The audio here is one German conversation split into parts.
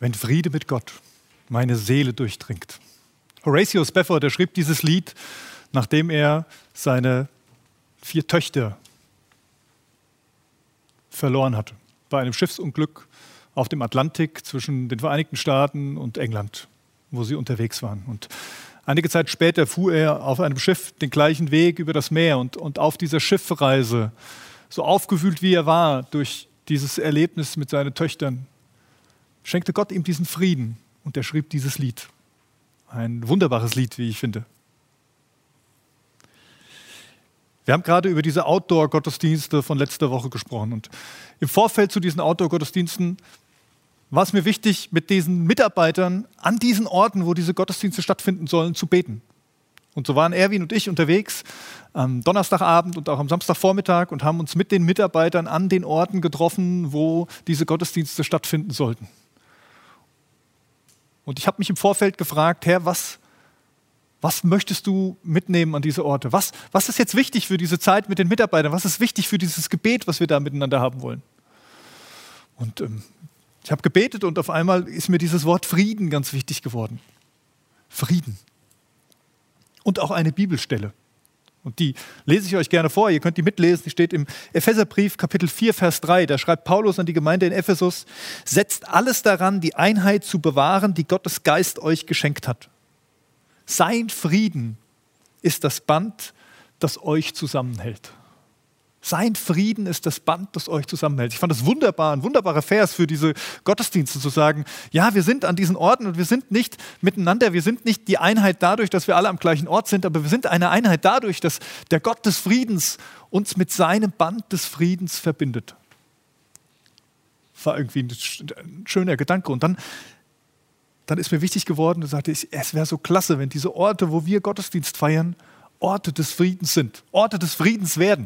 wenn Friede mit Gott meine Seele durchdringt. Horatio Spafford, der schrieb dieses Lied, nachdem er seine 4 Töchter verloren hatte. Bei einem Schiffsunglück auf dem Atlantik zwischen den Vereinigten Staaten und England, wo sie unterwegs waren. Und einige Zeit später fuhr er auf einem Schiff den gleichen Weg über das Meer und auf dieser Schiffreise, so aufgewühlt wie er war durch dieses Erlebnis mit seinen Töchtern, schenkte Gott ihm diesen Frieden und er schrieb dieses Lied. Ein wunderbares Lied, wie ich finde. Wir haben gerade über diese Outdoor-Gottesdienste von letzter Woche gesprochen. Und im Vorfeld zu diesen Outdoor-Gottesdiensten war es mir wichtig, mit diesen Mitarbeitern an diesen Orten, wo diese Gottesdienste stattfinden sollen, zu beten. Und so waren Erwin und ich unterwegs am Donnerstagabend und auch am Samstagvormittag und haben uns mit den Mitarbeitern an den Orten getroffen, wo diese Gottesdienste stattfinden sollten. Und ich habe mich im Vorfeld gefragt, Herr, was möchtest du mitnehmen an diese Orte? Was ist jetzt wichtig für diese Zeit mit den Mitarbeitern? Was ist wichtig für dieses Gebet, was wir da miteinander haben wollen? Und ich habe gebetet und auf einmal ist mir dieses Wort Frieden ganz wichtig geworden. Frieden. Und auch eine Bibelstelle. Und die lese ich euch gerne vor. Ihr könnt die mitlesen. Die steht im Epheserbrief, Kapitel 4, Vers 3. Da schreibt Paulus an die Gemeinde in Ephesus: Setzt alles daran, die Einheit zu bewahren, die Gottes Geist euch geschenkt hat. Sein Frieden ist das Band, das euch zusammenhält. Sein Frieden ist das Band, das euch zusammenhält. Ich fand das wunderbar, ein wunderbarer Vers für diese Gottesdienste, zu sagen, ja, wir sind an diesen Orten und wir sind nicht miteinander, wir sind nicht die Einheit dadurch, dass wir alle am gleichen Ort sind, aber wir sind eine Einheit dadurch, dass der Gott des Friedens uns mit seinem Band des Friedens verbindet. War irgendwie ein schöner Gedanke. Und dann ist mir wichtig geworden, da sagte ich, es wäre so klasse, wenn diese Orte, wo wir Gottesdienst feiern, Orte des Friedens sind, Orte des Friedens werden.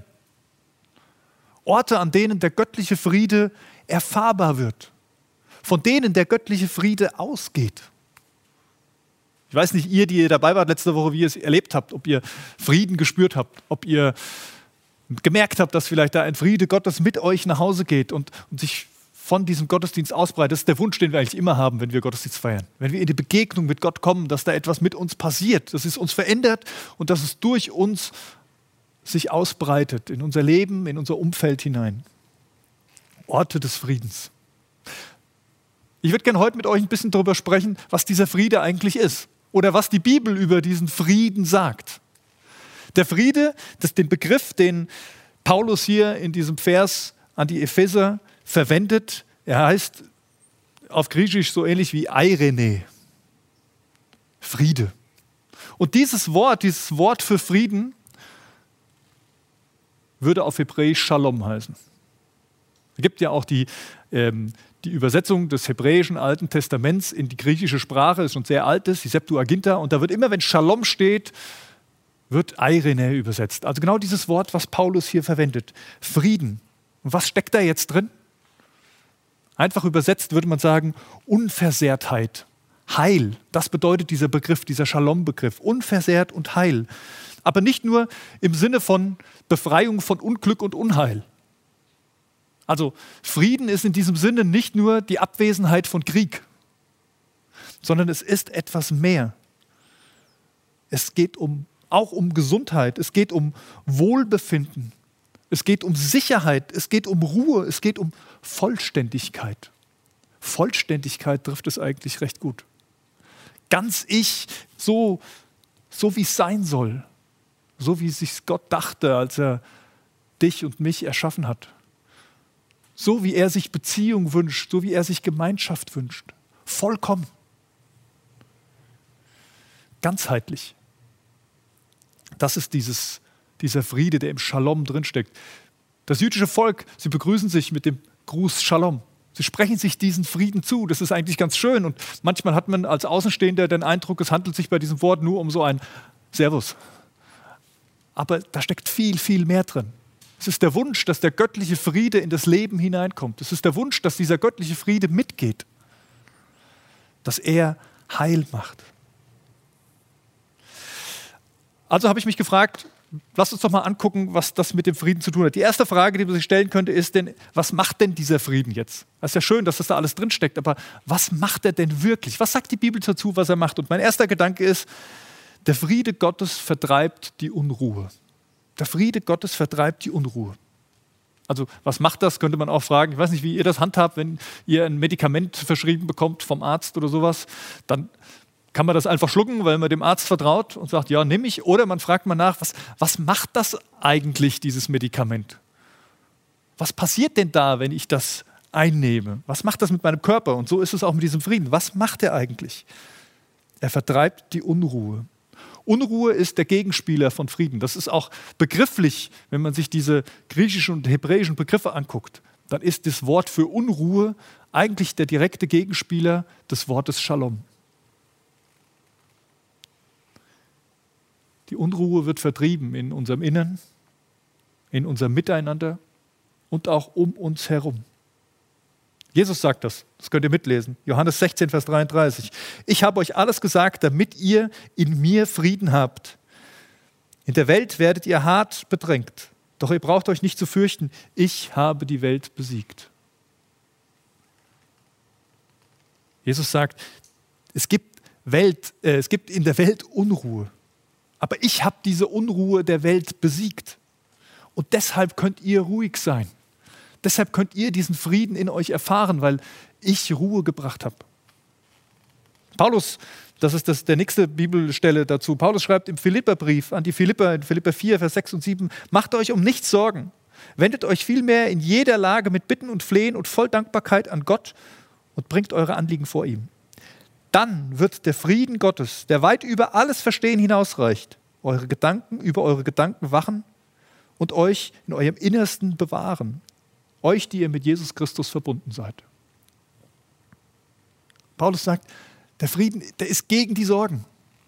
Orte, an denen der göttliche Friede erfahrbar wird, von denen der göttliche Friede ausgeht. Ich weiß nicht, die ihr dabei wart letzte Woche, wie ihr es erlebt habt, ob ihr Frieden gespürt habt, ob ihr gemerkt habt, dass vielleicht da ein Friede Gottes mit euch nach Hause geht und sich von diesem Gottesdienst ausbreitet. Das ist der Wunsch, den wir eigentlich immer haben, wenn wir Gottesdienst feiern. Wenn wir in die Begegnung mit Gott kommen, dass da etwas mit uns passiert, dass es uns verändert und dass es durch uns sich ausbreitet in unser Leben, in unser Umfeld hinein. Orte des Friedens. Ich würde gerne heute mit euch ein bisschen darüber sprechen, was dieser Friede eigentlich ist oder was die Bibel über diesen Frieden sagt. Der Friede, das ist den Begriff, den Paulus hier in diesem Vers an die Epheser verwendet. Er heißt auf Griechisch so ähnlich wie Eirene. Friede. Und dieses Wort für Frieden würde auf Hebräisch Shalom heißen. Es gibt ja auch die Übersetzung des hebräischen Alten Testaments in die griechische Sprache, ist schon sehr alt, die Septuaginta, und da wird immer, wenn Shalom steht, wird Eirene übersetzt. Also genau dieses Wort, was Paulus hier verwendet. Frieden. Und was steckt da jetzt drin? Einfach übersetzt würde man sagen, Unversehrtheit, Heil. Das bedeutet dieser Begriff, dieser Shalom-Begriff. Unversehrt und Heil. Aber nicht nur im Sinne von Befreiung von Unglück und Unheil. Also Frieden ist in diesem Sinne nicht nur die Abwesenheit von Krieg, sondern es ist etwas mehr. Es geht auch um Gesundheit, es geht um Wohlbefinden, es geht um Sicherheit, es geht um Ruhe, es geht um Vollständigkeit. Vollständigkeit trifft es eigentlich recht gut. Ganz ich, so wie es sein soll. So wie es sich Gott dachte, als er dich und mich erschaffen hat. So wie er sich Beziehung wünscht, so wie er sich Gemeinschaft wünscht. Vollkommen. Ganzheitlich. Das ist dieser Friede, der im Shalom drinsteckt. Das jüdische Volk, sie begrüßen sich mit dem Gruß Shalom. Sie sprechen sich diesen Frieden zu. Das ist eigentlich ganz schön. Und manchmal hat man als Außenstehender den Eindruck, es handelt sich bei diesem Wort nur um so ein Servus. Aber da steckt viel, viel mehr drin. Es ist der Wunsch, dass der göttliche Friede in das Leben hineinkommt. Es ist der Wunsch, dass dieser göttliche Friede mitgeht. Dass er Heil macht. Also habe ich mich gefragt, Lasst uns doch mal angucken, was das mit dem Frieden zu tun hat. Die erste Frage, die man sich stellen könnte, ist denn, was macht denn dieser Frieden jetzt? Das ist ja schön, dass das da alles drinsteckt, aber was macht er denn wirklich? Was sagt die Bibel dazu, was er macht? Und mein erster Gedanke ist, der Friede Gottes vertreibt die Unruhe. Der Friede Gottes vertreibt die Unruhe. Also was macht das, könnte man auch fragen. Ich weiß nicht, wie ihr das handhabt, wenn ihr ein Medikament verschrieben bekommt vom Arzt oder sowas, dann kann man das einfach schlucken, weil man dem Arzt vertraut und sagt, ja, nimm ich. Oder man fragt mal nach, was macht das eigentlich, dieses Medikament? Was passiert denn da, wenn ich das einnehme? Was macht das mit meinem Körper? Und so ist es auch mit diesem Frieden. Was macht er eigentlich? Er vertreibt die Unruhe. Unruhe ist der Gegenspieler von Frieden. Das ist auch begrifflich, wenn man sich diese griechischen und hebräischen Begriffe anguckt. Dann ist das Wort für Unruhe eigentlich der direkte Gegenspieler des Wortes Shalom. Die Unruhe wird vertrieben in unserem Innern, in unserem Miteinander und auch um uns herum. Jesus sagt das könnt ihr mitlesen. Johannes 16, Vers 33. Ich habe euch alles gesagt, damit ihr in mir Frieden habt. In der Welt werdet ihr hart bedrängt, doch ihr braucht euch nicht zu fürchten, ich habe die Welt besiegt. Jesus sagt, es gibt in der Welt Unruhe. Aber ich habe diese Unruhe der Welt besiegt. Und deshalb könnt ihr ruhig sein. Deshalb könnt ihr diesen Frieden in euch erfahren, weil ich Ruhe gebracht habe. Paulus, das ist der nächste Bibelstelle dazu. Paulus schreibt im Philipperbrief an die Philipper, in Philipper 4, Vers 6 und 7, macht euch um nichts Sorgen. Wendet euch vielmehr in jeder Lage mit Bitten und Flehen und voll Dankbarkeit an Gott und bringt eure Anliegen vor ihm. Dann wird der Frieden Gottes, der weit über alles Verstehen hinausreicht, über eure Gedanken wachen und euch in eurem Innersten bewahren. Euch, die ihr mit Jesus Christus verbunden seid. Paulus sagt, der Frieden, der ist gegen die Sorgen.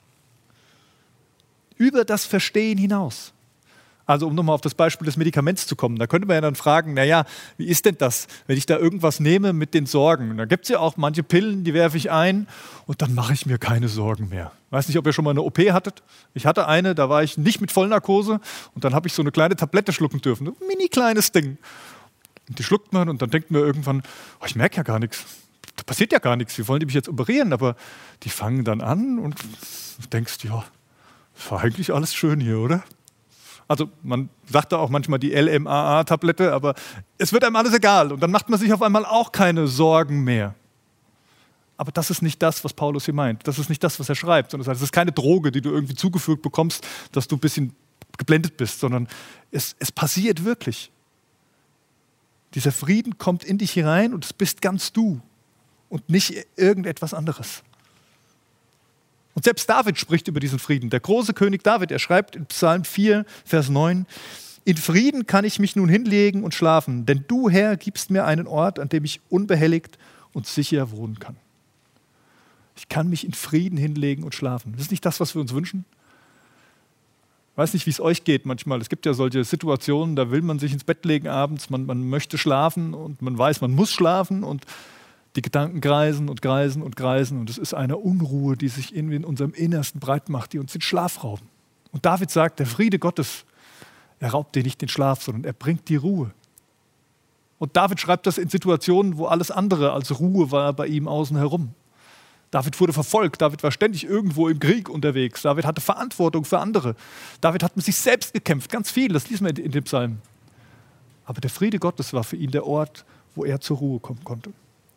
Über das Verstehen hinaus. Also um nochmal auf das Beispiel des Medikaments zu kommen, da könnte man ja dann fragen, naja, wie ist denn das, wenn ich da irgendwas nehme mit den Sorgen? Da gibt es ja auch manche Pillen, die werfe ich ein und dann mache ich mir keine Sorgen mehr. Ich weiß nicht, ob ihr schon mal eine OP hattet. Ich hatte eine, da war ich nicht mit Vollnarkose und dann habe ich so eine kleine Tablette schlucken dürfen, ein mini kleines Ding. Und die schluckt man und dann denkt man irgendwann, oh, ich merke ja gar nichts, da passiert ja gar nichts, wie wollen die mich jetzt operieren? Aber die fangen dann an und du denkst, ja, das war eigentlich alles schön hier, oder? Also man sagt da auch manchmal die LMAA-Tablette, aber es wird einem alles egal und dann macht man sich auf einmal auch keine Sorgen mehr. Aber das ist nicht das, was Paulus hier meint. Das ist nicht das, was er schreibt, sondern das ist keine Droge, die du irgendwie zugefügt bekommst, dass du ein bisschen geblendet bist, sondern es passiert wirklich. Dieser Frieden kommt in dich hinein und es bist ganz du und nicht irgendetwas anderes. Und selbst David spricht über diesen Frieden. Der große König David, er schreibt in Psalm 4, Vers 9, in Frieden kann ich mich nun hinlegen und schlafen, denn du, Herr, gibst mir einen Ort, an dem ich unbehelligt und sicher wohnen kann. Ich kann mich in Frieden hinlegen und schlafen. Das ist nicht das, was wir uns wünschen. Ich weiß nicht, wie es euch geht manchmal. Es gibt ja solche Situationen, da will man sich ins Bett legen abends, man möchte schlafen und man weiß, man muss schlafen und die Gedanken kreisen und kreisen und kreisen und es ist eine Unruhe, die sich in unserem Innersten breit macht, die uns den Schlaf rauben. Und David sagt, der Friede Gottes, er raubt dir nicht den Schlaf, sondern er bringt die Ruhe. Und David schreibt das in Situationen, wo alles andere als Ruhe war bei ihm außen herum. David wurde verfolgt, David war ständig irgendwo im Krieg unterwegs, David hatte Verantwortung für andere. David hat mit sich selbst gekämpft, ganz viel, das lesen wir in dem Psalm. Aber der Friede Gottes war für ihn der Ort, wo er zur Ruhe kommen konnte.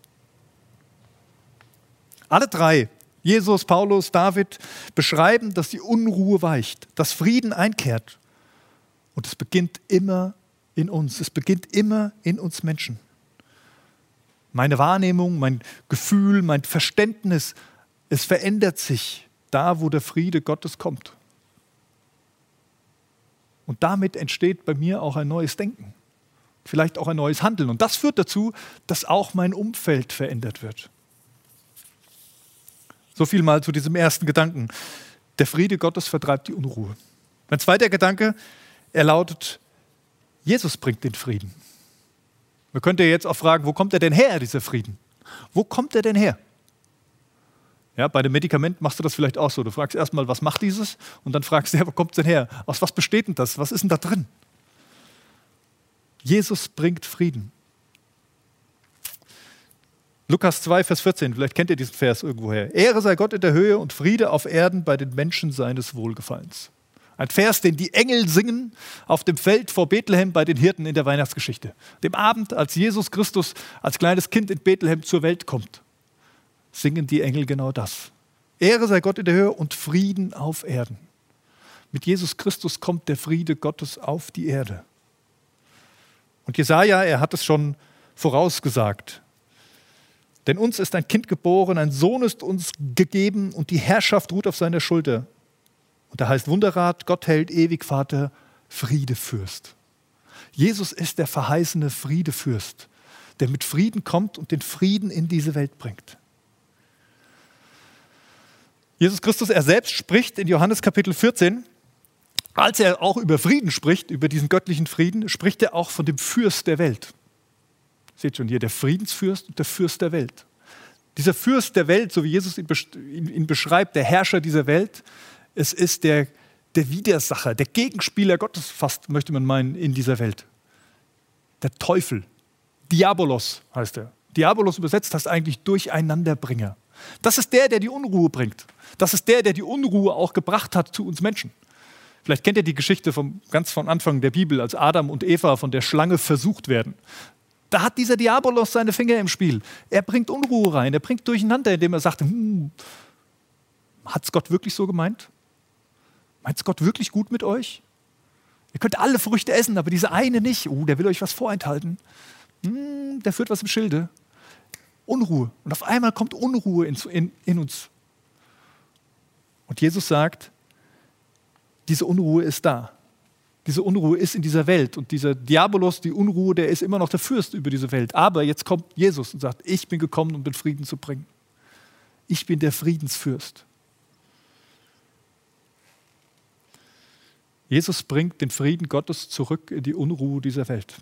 Alle drei, Jesus, Paulus, David, beschreiben, dass die Unruhe weicht, dass Frieden einkehrt. Und es beginnt immer in uns, es beginnt immer in uns Menschen. Meine Wahrnehmung, mein Gefühl, mein Verständnis, es verändert sich da, wo der Friede Gottes kommt. Und damit entsteht bei mir auch ein neues Denken, vielleicht auch ein neues Handeln. Und das führt dazu, dass auch mein Umfeld verändert wird. So viel mal zu diesem ersten Gedanken. Der Friede Gottes vertreibt die Unruhe. Mein zweiter Gedanke, er lautet, Jesus bringt den Frieden. Man könnte jetzt auch fragen, wo kommt er denn her, dieser Frieden? Wo kommt er denn her? Ja, bei dem Medikament machst du das vielleicht auch so. Du fragst erstmal, was macht dieses? Und dann fragst du, ja, wo kommt es denn her? Aus was besteht denn das? Was ist denn da drin? Jesus bringt Frieden. Lukas 2, Vers 14, vielleicht kennt ihr diesen Vers irgendwoher. Ehre sei Gott in der Höhe und Friede auf Erden bei den Menschen seines Wohlgefallens. Ein Vers, den die Engel singen auf dem Feld vor Bethlehem bei den Hirten in der Weihnachtsgeschichte. Dem Abend, als Jesus Christus als kleines Kind in Bethlehem zur Welt kommt, singen die Engel genau das. Ehre sei Gott in der Höhe und Frieden auf Erden. Mit Jesus Christus kommt der Friede Gottes auf die Erde. Und Jesaja, er hat es schon vorausgesagt. Denn uns ist ein Kind geboren, ein Sohn ist uns gegeben und die Herrschaft ruht auf seiner Schulter. Und da heißt Wunderrat, Gott hält ewig Vater, Friedefürst. Jesus ist der verheißene Friedefürst, der mit Frieden kommt und den Frieden in diese Welt bringt. Jesus Christus, er selbst spricht in Johannes Kapitel 14, als er auch über Frieden spricht, über diesen göttlichen Frieden, spricht er auch von dem Fürst der Welt. Seht schon hier, der Friedensfürst und der Fürst der Welt. Dieser Fürst der Welt, so wie Jesus ihn beschreibt, der Herrscher dieser Welt, es ist der Widersacher, der Gegenspieler Gottes, fast möchte man meinen, in dieser Welt. Der Teufel, Diabolos heißt er. Diabolos übersetzt heißt eigentlich Durcheinanderbringer. Das ist der die Unruhe bringt. Das ist der die Unruhe auch gebracht hat zu uns Menschen. Vielleicht kennt ihr die Geschichte ganz von Anfang der Bibel, als Adam und Eva von der Schlange versucht werden. Da hat dieser Diabolos seine Finger im Spiel. Er bringt Unruhe rein, er bringt Durcheinander, indem er sagt, hat es Gott wirklich so gemeint? Meint es Gott wirklich gut mit euch? Ihr könnt alle Früchte essen, aber diese eine nicht. Der will euch was vorenthalten. Der führt was im Schilde. Unruhe. Und auf einmal kommt Unruhe in uns. Und Jesus sagt, diese Unruhe ist da. Diese Unruhe ist in dieser Welt. Und dieser Diabolos, die Unruhe, der ist immer noch der Fürst über diese Welt. Aber jetzt kommt Jesus und sagt, ich bin gekommen, um den Frieden zu bringen. Ich bin der Friedensfürst. Jesus bringt den Frieden Gottes zurück in die Unruhe dieser Welt.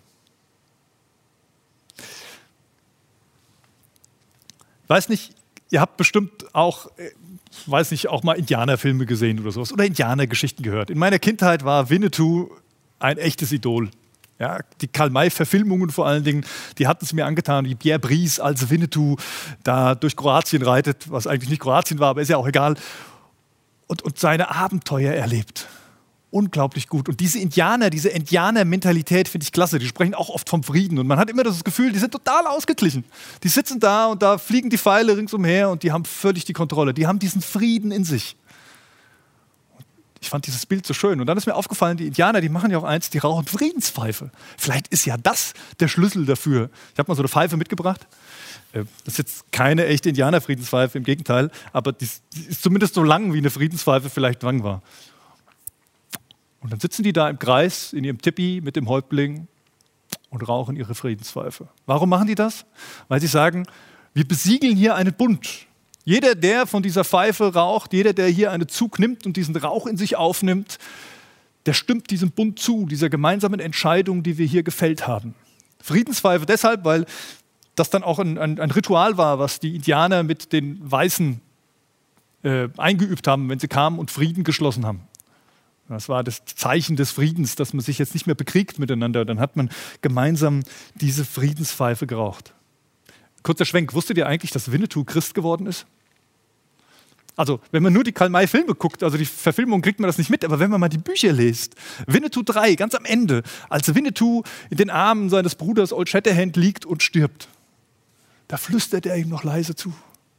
Ich weiß nicht, ihr habt bestimmt auch mal Indianerfilme gesehen oder sowas oder Indianergeschichten gehört. In meiner Kindheit war Winnetou ein echtes Idol. Ja, die Karl-May-Verfilmungen vor allen Dingen, die hatten es mir angetan, wie Pierre Brice als Winnetou da durch Kroatien reitet, was eigentlich nicht Kroatien war, aber ist ja auch egal, und seine Abenteuer erlebt. Unglaublich gut. Und diese Indianer-Mentalität finde ich klasse. Die sprechen auch oft vom Frieden. Und man hat immer das Gefühl, die sind total ausgeglichen. Die sitzen da und da fliegen die Pfeile ringsumher und die haben völlig die Kontrolle. Die haben diesen Frieden in sich. Ich fand dieses Bild so schön. Und dann ist mir aufgefallen, die Indianer, die machen ja auch eins, die rauchen Friedenspfeife. Vielleicht ist ja das der Schlüssel dafür. Ich habe mal so eine Pfeife mitgebracht. Das ist jetzt keine echte Indianer-Friedenspfeife, im Gegenteil. Aber die ist zumindest so lang, wie eine Friedenspfeife vielleicht lang war. Und dann sitzen die da im Kreis in ihrem Tipi mit dem Häuptling und rauchen ihre Friedenspfeife. Warum machen die das? Weil sie sagen, wir besiegeln hier einen Bund. Jeder, der von dieser Pfeife raucht, jeder, der hier einen Zug nimmt und diesen Rauch in sich aufnimmt, der stimmt diesem Bund zu, dieser gemeinsamen Entscheidung, die wir hier gefällt haben. Friedenspfeife deshalb, weil das dann auch ein Ritual war, was die Indianer mit den Weißen eingeübt haben, wenn sie kamen und Frieden geschlossen haben. Das war das Zeichen des Friedens, dass man sich jetzt nicht mehr bekriegt miteinander. Dann hat man gemeinsam diese Friedenspfeife geraucht. Kurzer Schwenk, wusstet ihr eigentlich, dass Winnetou Christ geworden ist? Also, wenn man nur die Karl-May-Filme guckt, also die Verfilmung, kriegt man das nicht mit, aber wenn man mal die Bücher liest, Winnetou 3, ganz am Ende, als Winnetou in den Armen seines Bruders Old Shatterhand liegt und stirbt, da flüstert er ihm noch leise zu.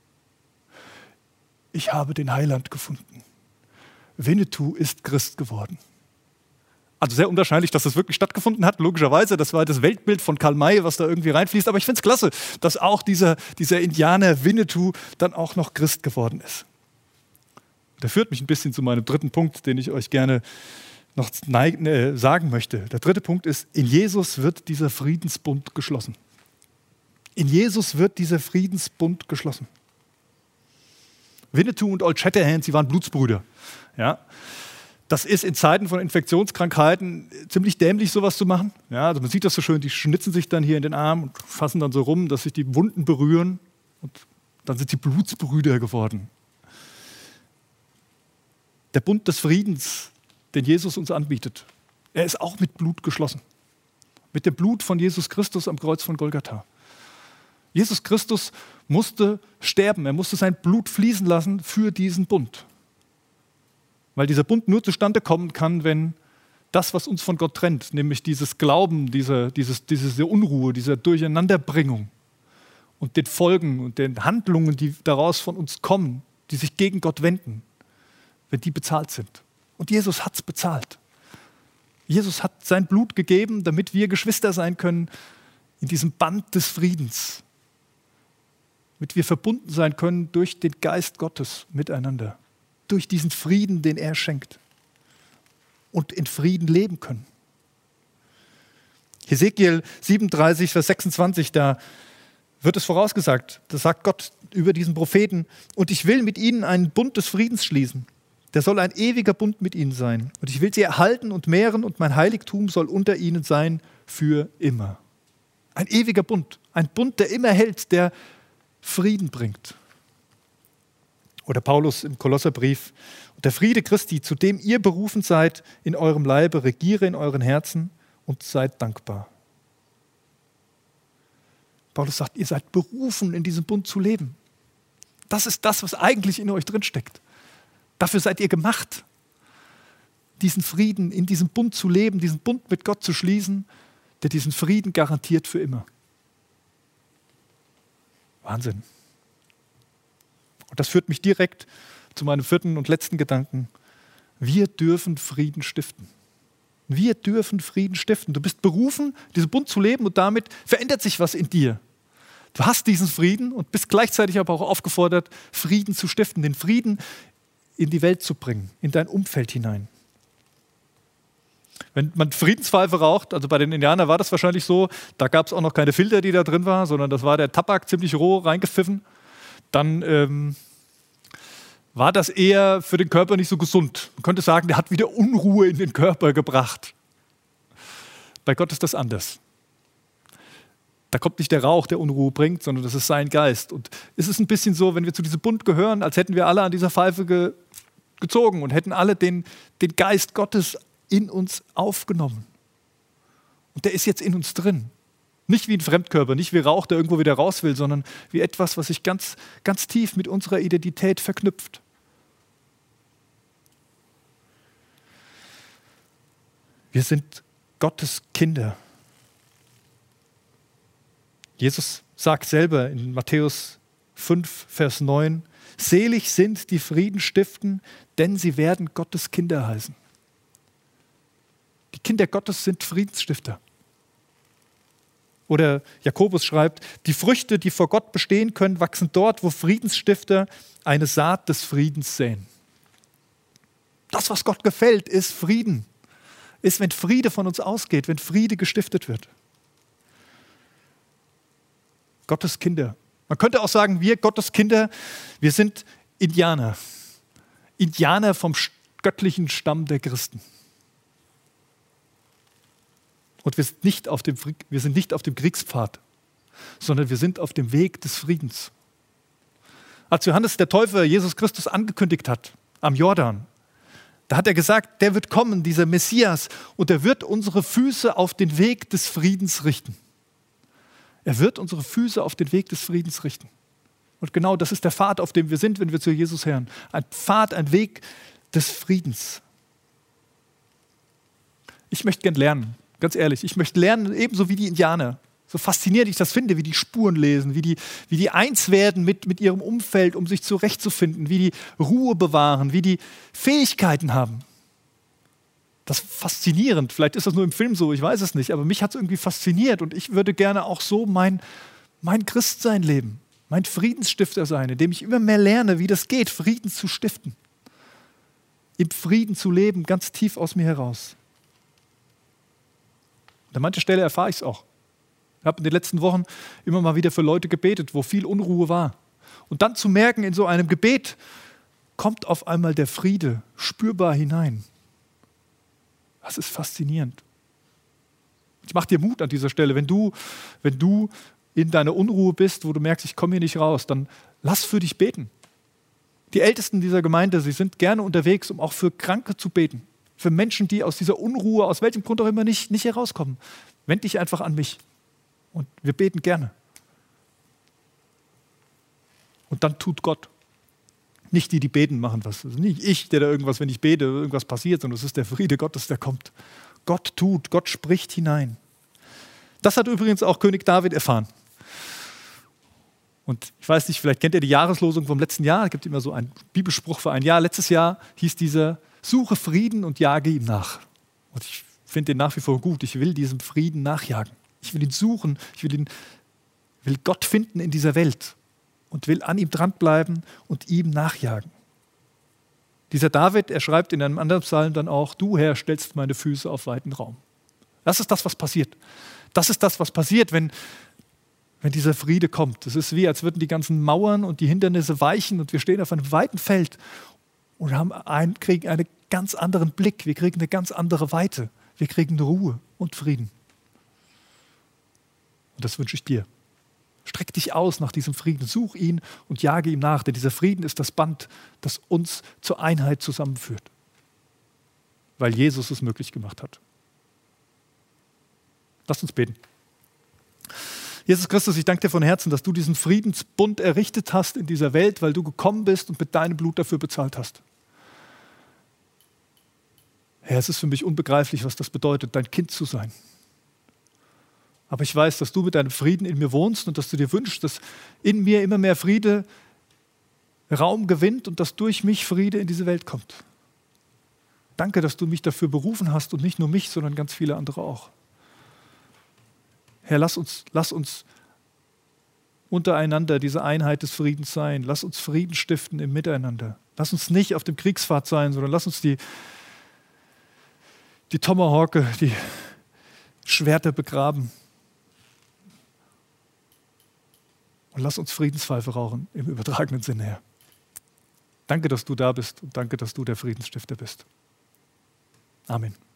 Ich habe den Heiland gefunden. Winnetou ist Christ geworden. Also sehr unwahrscheinlich, dass das wirklich stattgefunden hat, logischerweise. Das war das Weltbild von Karl May, was da irgendwie reinfließt. Aber ich finde es klasse, dass auch dieser Indianer Winnetou dann auch noch Christ geworden ist. Der führt mich ein bisschen zu meinem dritten Punkt, den ich euch gerne noch sagen möchte. Der dritte Punkt ist, in Jesus wird dieser Friedensbund geschlossen. In Jesus wird dieser Friedensbund geschlossen. Winnetou und Old Shatterhand, sie waren Blutsbrüder. Ja, das ist in Zeiten von Infektionskrankheiten ziemlich dämlich, sowas zu machen. Ja, also man sieht das so schön, die schnitzen sich dann hier in den Arm und fassen dann so rum, dass sich die Wunden berühren und dann sind sie Blutsbrüder geworden. Der Bund des Friedens, den Jesus uns anbietet, er ist auch mit Blut geschlossen. Mit dem Blut von Jesus Christus am Kreuz von Golgatha. Jesus Christus musste sterben, er musste sein Blut fließen lassen für diesen Bund. Weil dieser Bund nur zustande kommen kann, wenn das, was uns von Gott trennt, nämlich dieses Glauben, diese Unruhe, diese Durcheinanderbringung und den Folgen und den Handlungen, die daraus von uns kommen, die sich gegen Gott wenden, wenn die bezahlt sind. Und Jesus hat es bezahlt. Jesus hat sein Blut gegeben, damit wir Geschwister sein können in diesem Band des Friedens. Damit wir verbunden sein können durch den Geist Gottes miteinander. Durch diesen Frieden, den er schenkt. Und in Frieden leben können. Hesekiel 37, Vers 26, da wird es vorausgesagt. Da sagt Gott über diesen Propheten: Und ich will mit ihnen einen Bund des Friedens schließen. Der soll ein ewiger Bund mit ihnen sein. Und ich will sie erhalten und mehren und mein Heiligtum soll unter ihnen sein für immer. Ein ewiger Bund. Ein Bund, der immer hält, der Frieden bringt. Oder Paulus im Kolosserbrief: Und der Friede Christi, zu dem ihr berufen seid in eurem Leibe, regiere in euren Herzen und seid dankbar. Paulus sagt, ihr seid berufen, in diesem Bund zu leben. Das ist das, was eigentlich in euch drinsteckt. Dafür seid ihr gemacht, diesen Frieden in diesem Bund zu leben, diesen Bund mit Gott zu schließen, der diesen Frieden garantiert für immer. Wahnsinn. Und das führt mich direkt zu meinem vierten und letzten Gedanken. Wir dürfen Frieden stiften. Wir dürfen Frieden stiften. Du bist berufen, diesen Bund zu leben und damit verändert sich was in dir. Du hast diesen Frieden und bist gleichzeitig aber auch aufgefordert, Frieden zu stiften, den Frieden in die Welt zu bringen, in dein Umfeld hinein. Wenn man Friedenspfeife raucht, also bei den Indianern war das wahrscheinlich so, da gab es auch noch keine Filter, die da drin waren, sondern das war der Tabak ziemlich roh reingepfiffen, dann war das eher für den Körper nicht so gesund. Man könnte sagen, der hat wieder Unruhe in den Körper gebracht. Bei Gott ist das anders. Da kommt nicht der Rauch, der Unruhe bringt, sondern das ist sein Geist. Und es ist ein bisschen so, wenn wir zu diesem Bund gehören, als hätten wir alle an dieser Pfeife gezogen und hätten alle den Geist Gottes in uns aufgenommen. Und der ist jetzt in uns drin. Nicht wie ein Fremdkörper, nicht wie Rauch, der irgendwo wieder raus will, sondern wie etwas, was sich ganz, ganz tief mit unserer Identität verknüpft. Wir sind Gottes Kinder. Jesus sagt selber in Matthäus 5, Vers 9, selig sind die Frieden stiften, denn sie werden Gottes Kinder heißen. Die Kinder Gottes sind Friedensstifter. Oder Jakobus schreibt, die Früchte, die vor Gott bestehen können, wachsen dort, wo Friedensstifter eine Saat des Friedens säen. Das, was Gott gefällt, ist Frieden. Ist, wenn Friede von uns ausgeht, wenn Friede gestiftet wird. Gottes Kinder. Man könnte auch sagen, wir Gottes Kinder, wir sind Indianer. Indianer vom göttlichen Stamm der Christen. Und wir sind nicht auf dem Kriegspfad, sondern wir sind auf dem Weg des Friedens. Als Johannes der Täufer Jesus Christus angekündigt hat, am Jordan, da hat er gesagt, der wird kommen, dieser Messias, und er wird unsere Füße auf den Weg des Friedens richten. Er wird unsere Füße auf den Weg des Friedens richten. Und genau das ist der Pfad, auf dem wir sind, wenn wir zu Jesus hören. Ein Pfad, ein Weg des Friedens. Ich möchte gern lernen, ganz ehrlich. Ich möchte lernen, ebenso wie die Indianer. So faszinierend ich das finde, wie die Spuren lesen, wie die eins werden mit ihrem Umfeld, um sich zurechtzufinden, wie die Ruhe bewahren, wie die Fähigkeiten haben. Das ist faszinierend. Vielleicht ist das nur im Film so, ich weiß es nicht. Aber mich hat es irgendwie fasziniert und ich würde gerne auch so mein Christsein leben, mein Friedensstifter sein, indem ich immer mehr lerne, wie das geht, Frieden zu stiften. Im Frieden zu leben, ganz tief aus mir heraus. Und an mancher Stelle erfahre ich es auch. Ich habe in den letzten Wochen immer mal wieder für Leute gebetet, wo viel Unruhe war. Und dann zu merken, in so einem Gebet kommt auf einmal der Friede spürbar hinein. Das ist faszinierend. Ich mache dir Mut an dieser Stelle. Wenn du in deiner Unruhe bist, wo du merkst, ich komme hier nicht raus, dann lass für dich beten. Die Ältesten dieser Gemeinde, sie sind gerne unterwegs, um auch für Kranke zu beten. Für Menschen, die aus dieser Unruhe, aus welchem Grund auch immer nicht herauskommen. Wend dich einfach an mich. Und wir beten gerne. Und dann tut Gott. Nicht die, die beten, machen was. Also nicht ich, der da irgendwas, wenn ich bete, irgendwas passiert, sondern es ist der Friede Gottes, der kommt. Gott tut, Gott spricht hinein. Das hat übrigens auch König David erfahren. Und ich weiß nicht, vielleicht kennt ihr die Jahreslosung vom letzten Jahr. Es gibt immer so einen Bibelspruch für ein Jahr. Letztes Jahr hieß dieser: Suche Frieden und jage ihm nach. Und ich finde den nach wie vor gut. Ich will diesem Frieden nachjagen. Ich will ihn suchen. Ich will Gott finden in dieser Welt und will an ihm dranbleiben und ihm nachjagen. Dieser David, er schreibt in einem anderen Psalm dann auch: Du, Herr, stellst meine Füße auf weiten Raum. Das ist das, was passiert. Das ist das, was passiert, wenn dieser Friede kommt. Es ist wie, als würden die ganzen Mauern und die Hindernisse weichen und wir stehen auf einem weiten Feld und kriegen einen ganz anderen Blick. Wir kriegen eine ganz andere Weite. Wir kriegen Ruhe und Frieden. Und das wünsche ich dir. Streck dich aus nach diesem Frieden, such ihn und jage ihm nach, denn dieser Frieden ist das Band, das uns zur Einheit zusammenführt, weil Jesus es möglich gemacht hat. Lasst uns beten. Jesus Christus, ich danke dir von Herzen, dass du diesen Friedensbund errichtet hast in dieser Welt, weil du gekommen bist und mit deinem Blut dafür bezahlt hast. Herr, es ist für mich unbegreiflich, was das bedeutet, dein Kind zu sein. Aber ich weiß, dass du mit deinem Frieden in mir wohnst und dass du dir wünschst, dass in mir immer mehr Friede Raum gewinnt und dass durch mich Friede in diese Welt kommt. Danke, dass du mich dafür berufen hast und nicht nur mich, sondern ganz viele andere auch. Herr, lass uns untereinander diese Einheit des Friedens sein. Lass uns Frieden stiften im Miteinander. Lass uns nicht auf dem Kriegspfad sein, sondern lass uns die Tomahawke, die Schwerter begraben. Und lass uns Friedenspfeife rauchen, im übertragenen Sinne, Herr. Danke, dass du da bist und danke, dass du der Friedensstifter bist. Amen.